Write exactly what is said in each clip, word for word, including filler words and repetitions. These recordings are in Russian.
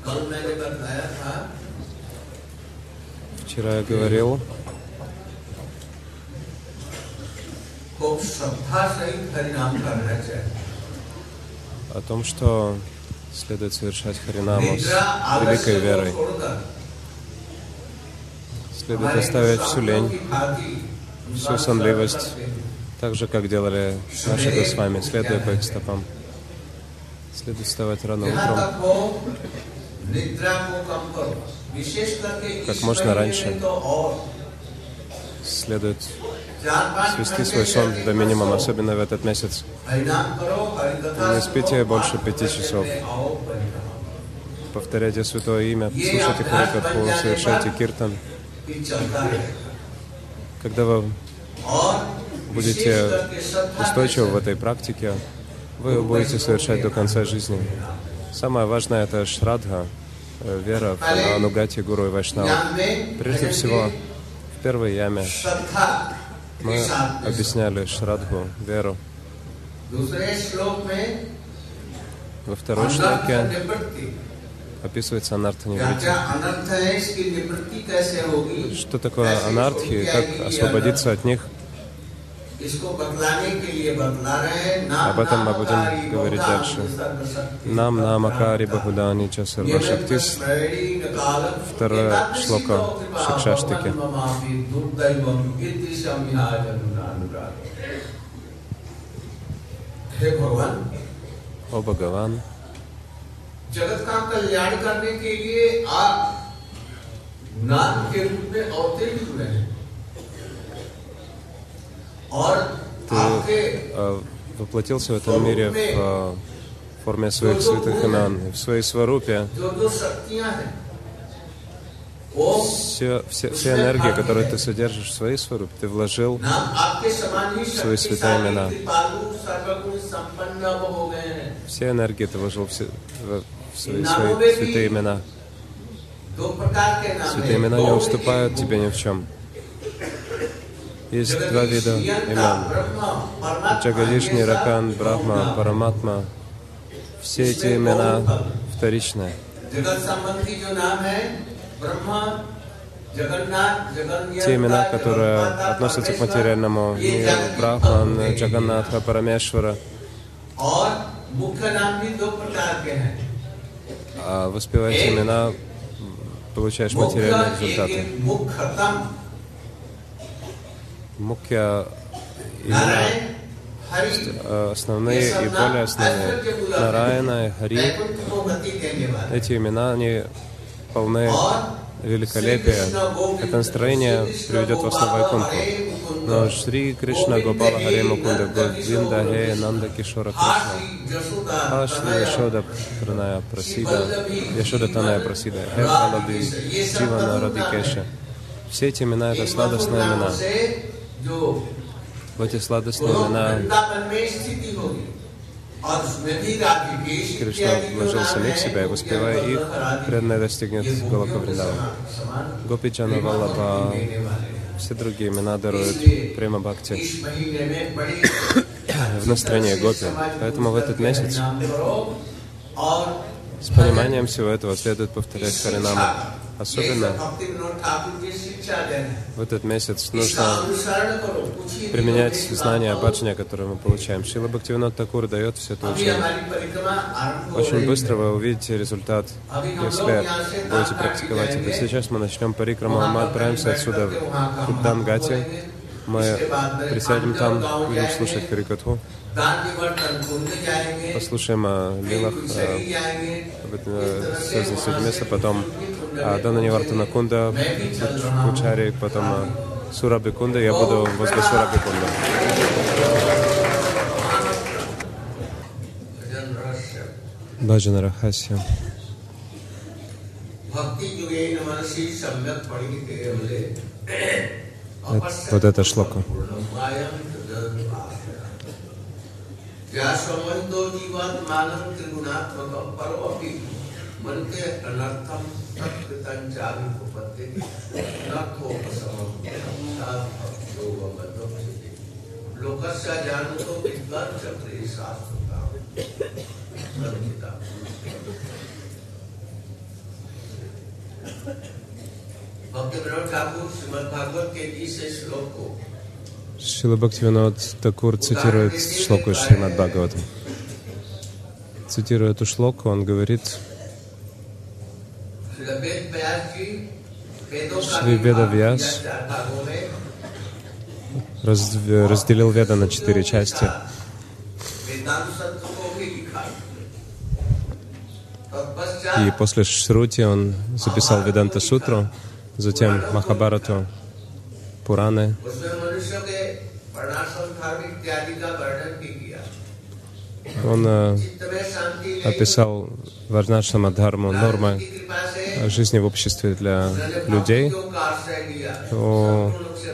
Вчера я говорил о том, что следует совершать харинаму с великой верой. Следует оставить всю лень, всю сонливость, так же, как делали наши Госвами, следуя по их стопам. Следует вставать рано утром, как можно раньше. Следует свести свой сон до минимума, особенно в этот месяц. Не спите больше пяти часов. Повторяйте Святое Имя, слушайте Харикатху, совершайте киртан. Когда вы будете устойчивы в этой практике, вы будете совершать до конца жизни. Самое важное — это шрадха, вера в анугати Гуру и Вайшнава. Прежде всего, в первой яме мы объясняли шрадху, веру. Во второй шлоке описывается анартха ниврити. Что такое анартхи, как освободиться от них? Об этом мы будем говорить дальше. Нам намакари бахудани часарва шактис. Вторая шлока Шикшаштики. О Бхагаван, जगत का कल्याण करने के लिए आप नाम के रूप में अवतरित हुए हैं और आपके воплотился в этом мире в форме своих святых имен, в своей сварупе. Все, все, все энергии, которые ты содержишь в своей сварупе, ты вложил в свои святые имена. Все энергии ты вложил в, все, в, в свои, свои святые имена. Святые имена не уступают тебе ни в чем. Есть два вида имен. Джагадиш, Ниракан, Брахма, Параматма. Все эти имена вторичные. Те имена, которые относятся к материальному миру, Брахман, Джаганнатха, Парамешвара. А воспевая эти имена, получаешь материальные результаты. Мукья имена основные и более основные. Нараяна и Хари. Эти имена, они полны великолепия. Это настроение приведет вас на Вайкунтху. Но Шри Кришна Гопала Харе Мукунда Говинда Хе Нанда Кишора Кришна А Шри Яшода Праная Прасида Яшода Таная Прасида Хе Балаби Дживана Радикеша. Все эти имена — это сладостные имена. В эти сладостные имена Кришна вложил самих себя, и воспевая их, преданный достигнет Голока Вриндавана. Гопиджана Валлабха, все другие имена даруют према бхакти в настроении гопи. Поэтому в этот месяц с пониманием всего этого следует повторять харинаму. Особенно в этот месяц нужно применять знания о баджане, которые мы получаем. Шрила Бхактивинода Тхакур дает все это учение. Очень быстро вы увидите результат, если будете практиковать это. Сейчас мы начнем парикраму. Мы отправимся отсюда в Куддангати. Мы присядем там, будем слушать Харикатху. Послушаем о лилах, связанных с этим местом, потом Дананивартана Кунда, Пучари, потом Сураби Кунда. Я буду возле Сураби Кунда. Баджана Рахасья. Вот это шлока. Шрила Бхактивинод Такур цитирует шлоку из Шримад Бхагаватам. Цитируя эту шлоку, он говорит: Шри Веда Вьяс разделил Веда на четыре части. И после Шрути он записал Веданта Сутру, затем Махабхарату, Пураны. Он э, описал Варнашрама Дхарму, нормы жизни в обществе для людей. О,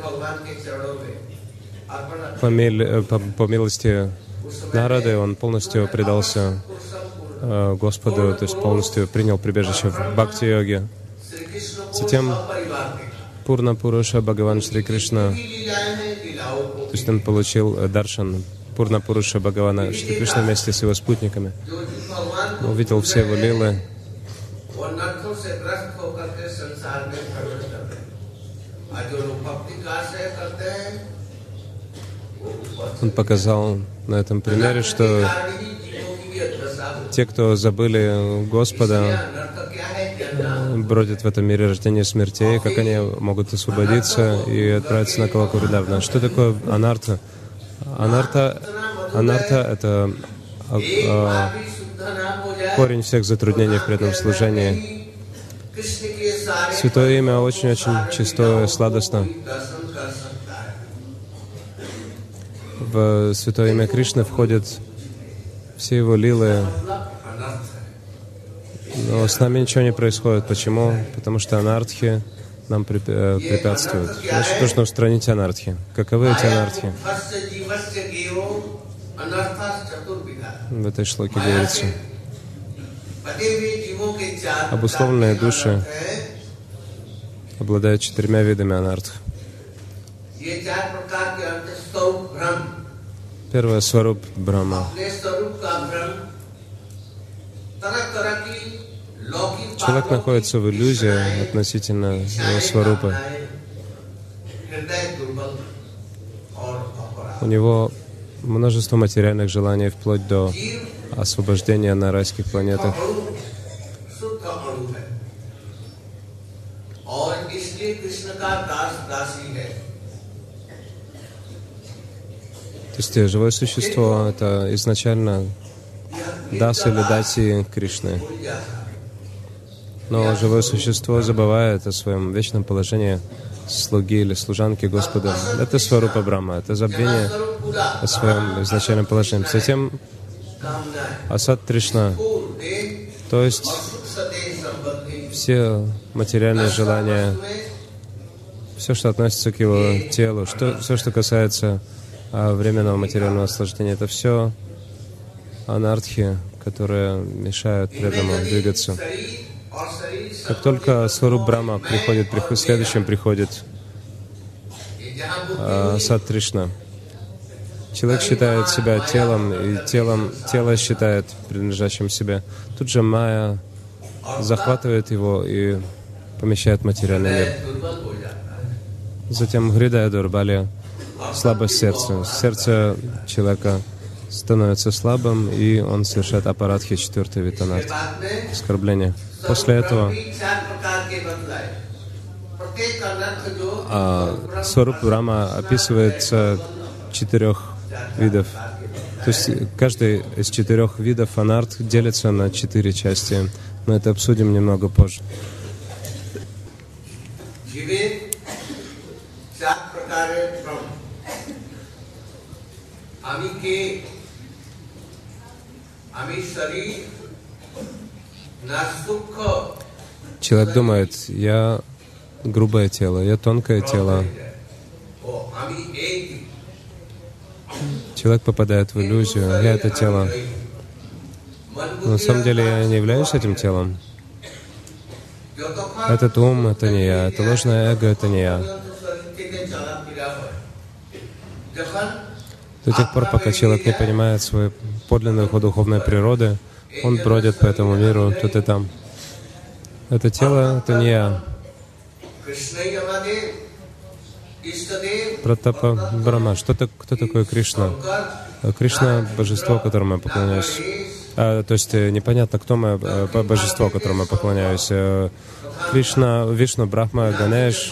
по, миль, по, по милости Нарады он полностью предался э, Господу, то есть полностью принял прибежище в бхакти-йоге. Затем Пурна Пуруша Бхагаван Шри Кришна, то есть он получил э, даршан Пурна Пуруша Бхагавана Шри Кришна вместе с его спутниками. Он увидел все его лилы. Он показал на этом примере, что те, кто забыли Господа, бродят в этом мире рождения и смертей, как они могут освободиться и отправиться на Калаку Вриндавана. Что такое анарта? Анарта, анарта — это а, а, корень всех затруднений в преданном служении. Святое имя очень-очень чистое, сладостно. В святое имя Кришны входят все его лилы. Но с нами ничего не происходит. Почему? Потому что анартхи нам препятствуют. Значит, нужно устранить анартхи. Каковы эти анартхи? В этой шлоке говорится: обусловленные души обладают четырьмя видами анартх. Первое — сваруб Брахма. Человек находится в иллюзии относительно его сварупы. У него множество материальных желаний, вплоть до освобождения на райских планетах. То есть живое существо — это изначально дас или дати Кришны. Но живое существо забывает о своем вечном положении слуги или служанки Господа. Это сварупа Брахма, это забвение о своем изначальном положении. Затем асат Тришна, то есть все материальные желания, все, что относится к его телу, что, все, что касается а, временного материального наслаждения, это все анартхи, которые мешают преданному двигаться. Как только сваруб Брахма приходит, приход, следующим приходит а, Сат Тришна. Человек считает себя телом, и телом, тело считает принадлежащим себе. Тут же майя захватывает его и помещает в материальный мир. Затем гридая дурбали, слабость сердца. Сердце человека становится слабым, и он совершает апарадхи, четвертый вид анарт, оскорбление. После этого а, сваруб Брахма описывается четырех видов. То есть каждый из четырех видов анарт делится на четыре части. Но это обсудим немного позже. Человек думает: я грубое тело, я тонкое тело. Человек попадает в иллюзию: я это тело. Но на самом деле я не являюсь этим телом. Этот ум — это не я, это ложное эго — это не я. До тех пор, пока человек не понимает свою подлинную духовной природы, он бродит по этому миру тут и там. Это тело — это не я. Пратапа Брахма. Что так, кто такой Кришна? Кришна — божество, которому я поклоняюсь. А, то есть непонятно, кто мое божество, которому я поклоняюсь. Кришна, Вишну, Брахма, Ганеш.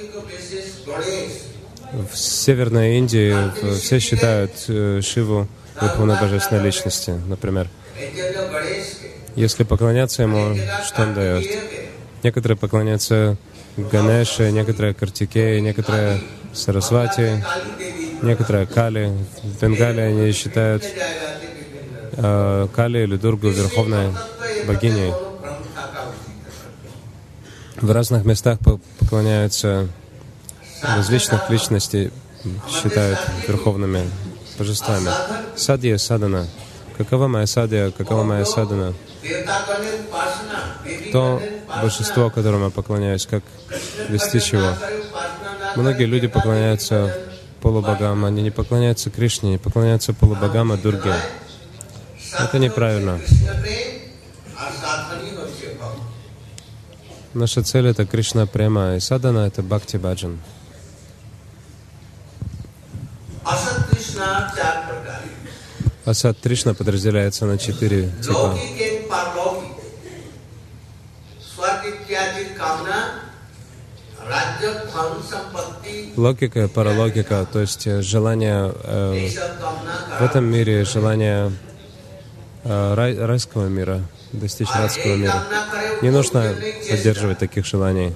В Северной Индии все считают Шиву Верховной Божественной Личности, например. Если поклоняться Ему, что Он дает? Некоторые поклоняются Ганеше, некоторые Картикеи, некоторые Сарасвати, некоторые Кали. В Бенгалии они считают э, Кали или Дургу Верховной Богиней. В разных местах поклоняются различных личностей, считают верховными божествами. Садья, садана. Какова моя садья, какова моя садана? То божество, которому я поклоняюсь, как достичь его. Многие люди поклоняются полубогам, они не поклоняются Кришне, не поклоняются полубогам, а Дурге. Это неправильно. Наша цель — это Кришна Према, и садана — это Бхакти Баджан. Асад Тришна подразделяется на четыре типа. Логика и паралогика, то есть желание э, в этом мире, желание э, рай, райского мира, достичь райского мира. Не нужно поддерживать таких желаний.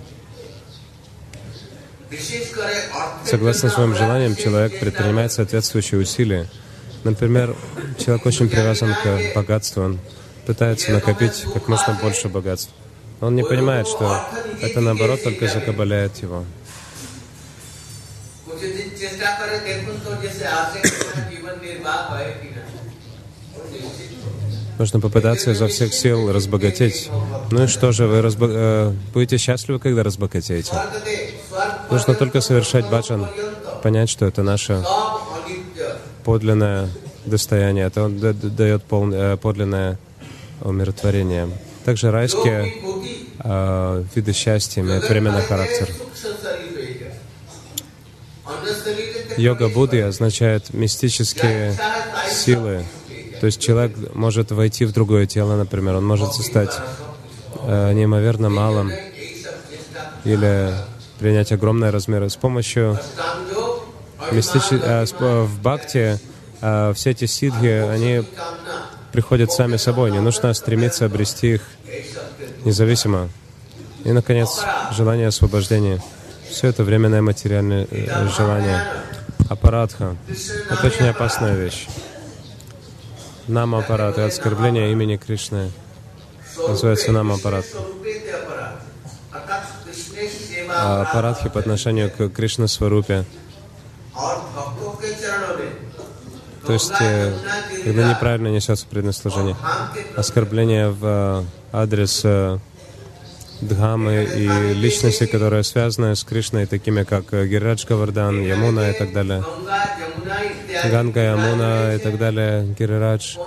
Согласно своим желаниям, человек предпринимает соответствующие усилия. Например, человек очень привязан к богатству, он пытается накопить как можно больше богатств. Он не понимает, что это, наоборот, только закабаляет его. Нужно попытаться изо всех сил разбогатеть. Ну и что же, вы разбо... э, будете счастливы, когда разбогатеете? Нужно только совершать баджан, понять, что это наше подлинное достояние, это он дает пол... э, подлинное умиротворение. Также райские э, виды счастья имеют временный характер. Йога Будды означает мистические силы. То есть человек может войти в другое тело, например, он может стать э, неимоверно малым или принять огромные размеры. С помощью мистичи... э, в бхакти э, все эти сиддхи, они приходят сами собой, не нужно стремиться обрести их независимо. И, наконец, желание освобождения. Все это временное материальное э, желание. Апарадха — это очень опасная вещь. Нама-аппарат и оскорбление имени Кришны называется нама-аппарат. А аппарадхи по отношению к Кришна-сварупе. То есть, когда неправильно несется предназначение. Оскорбление в адрес Дхамы и личности, которые связаны с Кришной, такими как Гирирадж Говардхан, Ямуна и так далее. Ганга, Ямуна и так далее, Гирирадж.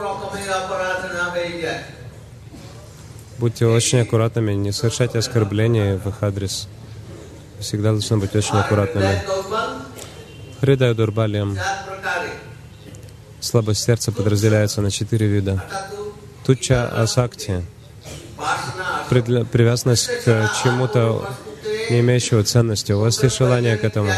Будьте очень аккуратными, не совершайте оскорбления в их адрес. Всегда должны быть очень аккуратными. Хридая Дурбалиям. Слабость сердца подразделяется на четыре вида. Туча асакти. Привязанность к чему-то, не имеющего ценности. У вас есть желание к этому.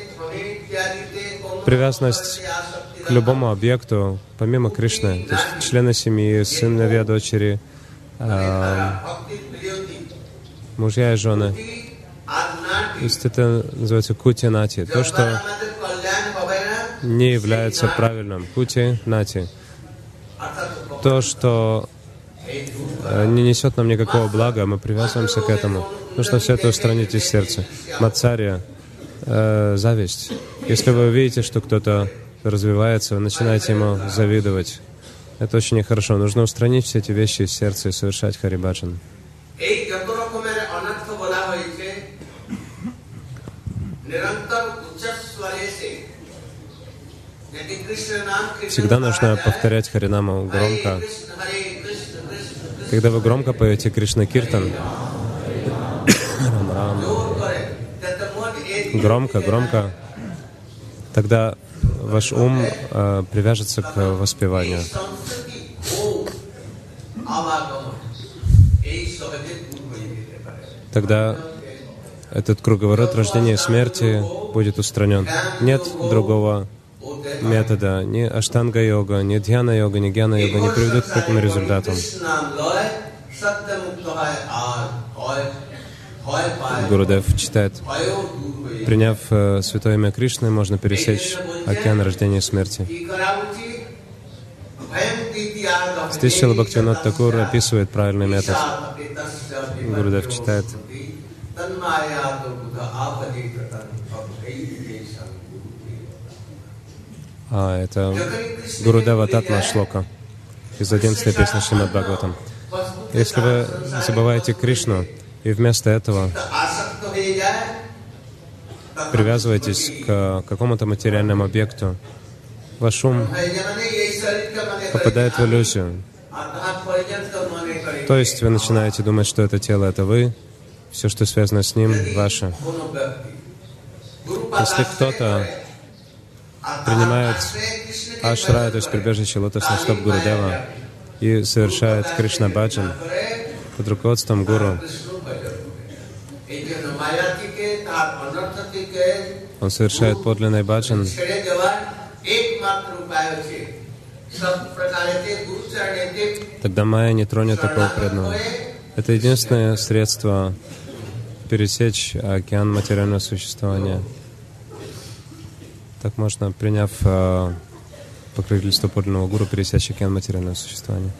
Привязанность к любому объекту, помимо Кришны, то есть члены семьи, сыновья, дочери, э, мужья и жены. То есть это называется кути-нати. То, что не является правильным. Кути-нати. То, что не несет нам никакого блага, мы привязываемся к этому. Нужно все это устранить из сердца. Мацарья, э, зависть. Если вы видите, что кто-то развивается, вы начинаете ему завидовать. Это очень нехорошо. Нужно устранить все эти вещи из сердца и совершать харибаджан. Всегда нужно повторять харинаму громко. Когда вы громко поете Кришна Киртан, громко, громко, тогда ваш ум э, привяжется к воспеванию. Тогда этот круговорот рождения и смерти будет устранен. Нет другого метода, ни аштанга-йога, ни дхьяна-йога, ни гьяна-йога не приведут к такому результату. Гурудев читает: приняв э, святое имя Кришны, можно пересечь океан рождения и смерти. Здесь Шрила Бхактивинода Тхакур описывает правильный метод. Гурудев читает: А, это Гурудева Татма Шлока из одиннадцатой песни Шримад Бхагаватам. Если вы забываете Кришну и вместо этого привязываетесь к какому-то материальному объекту, ваш ум попадает в иллюзию. То есть вы начинаете думать, что это тело — это вы, все, что связано с ним, ваше. Если кто-то принимает ашрая, то есть прибежище лотосных стоп Гурудева, и совершает Кришна Баджан под руководством Гуру, он совершает подлинный баджан, тогда майя не тронет такого преданного. Это единственное средство пересечь океан материального существования. Так можно, приняв э, покровительство подлинного гуру, пересечь океан материального существования.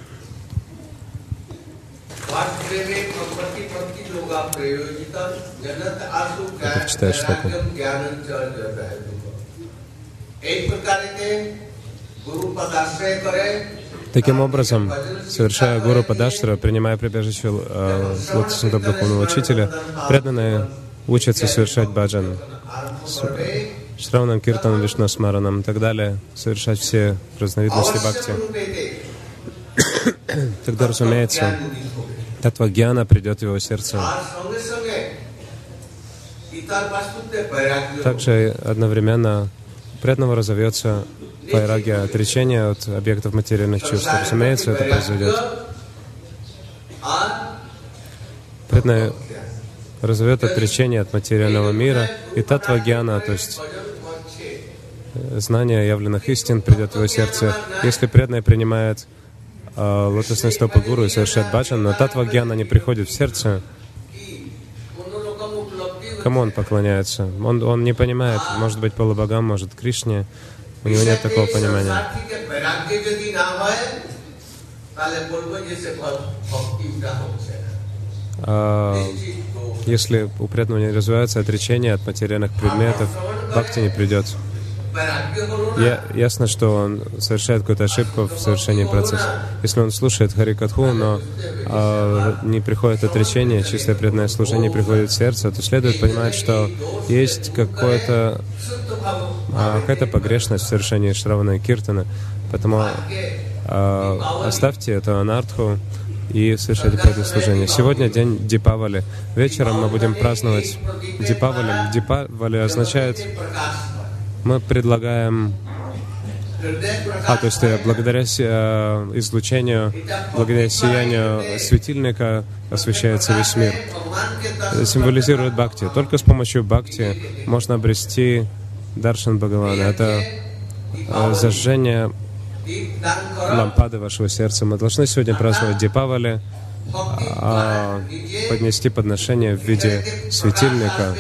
Это читаешь шлоку. Таким образом, совершая гуру падашра, принимая прибежище э, лотосного стоп духовного учителя, преданные учатся совершать баджан, Шраванам, Киртанам, Вишну Смаранам и так далее, совершать все разновидности бхакти. Тогда, разумеется, татва гьяна придет в его сердце. Также одновременно у преданного разовьется вайрагья, отречение от объектов материальных чувств. Разумеется, это произойдет. Преданный разовьет отречение от материального мира, и татва гьяна, то есть знание явленных истин, придет в его сердце. Если преданный принимает э, лотосные стопы гуру и совершает баджан, но татва гьяна не приходит в сердце, кому он поклоняется? Он, он не понимает, может быть, полубогам, может, Кришне. У него нет такого понимания. А, если у преданного не развивается отречение от материальных предметов, бхакти не придет. Я, ясно, что он совершает какую-то ошибку в совершении процесса. Если он слушает Харикатху, но а, не приходит отречение, чистое преданное служение приходит в сердце, то следует понимать, что есть какое-то, а, какая-то погрешность в совершении Шравана и Киртана. Поэтому а, оставьте эту анартху и совершайте преданное служение. Сегодня день Дипавали. Вечером мы будем праздновать Дипавали. Дипавали означает... Мы предлагаем, а, то есть благодаря э, излучению, благодаря сиянию светильника освещается весь мир. Это символизирует бхакти. Только с помощью бхакти можно обрести даршан Бхагавана. Это э, зажжение лампады вашего сердца. Мы должны сегодня праздновать Дипавали, а, поднести подношение в виде светильника,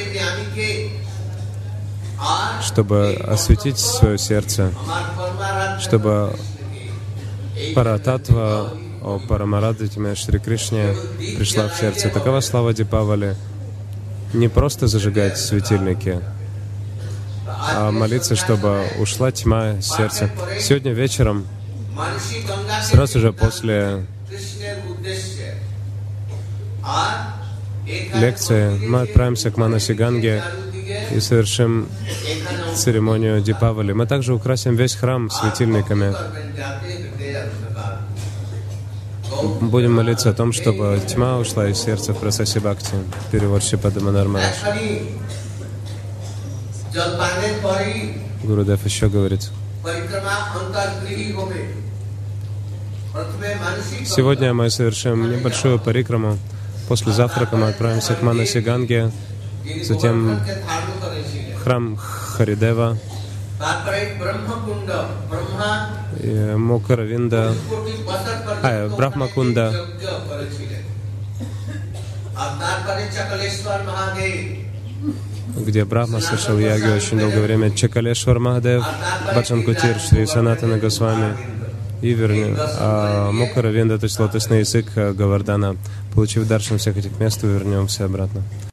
чтобы осветить свое сердце, чтобы Парататва о Парамарадхиме Шри Кришне пришла в сердце. Такова слава Дипавали. Не просто зажигать светильники, а молиться, чтобы ушла тьма из сердца. Сегодня вечером, сразу же после лекции, мы отправимся к Манаси Ганге и совершим церемонию Дипавали. Мы также украсим весь храм светильниками. Будем молиться о том, чтобы тьма ушла из сердца в процессе бхакти. Перевод Шрипада Манар Махарадж. Гурудев еще говорит. Сегодня мы совершим небольшую парикраму. После завтрака мы отправимся к Манаси Ганге, затем в храм Харидева, и Мукаравинда, а, Брахмакунда, где Брахма совершил яги очень долгое время, Чакалешвар Махадев, Баджан Кутир, Шри Санатана Госвами, и вернее, а Мукаравинда, то есть лотосный язык Гавардана. Получив даршан всех этих мест, вернемся обратно.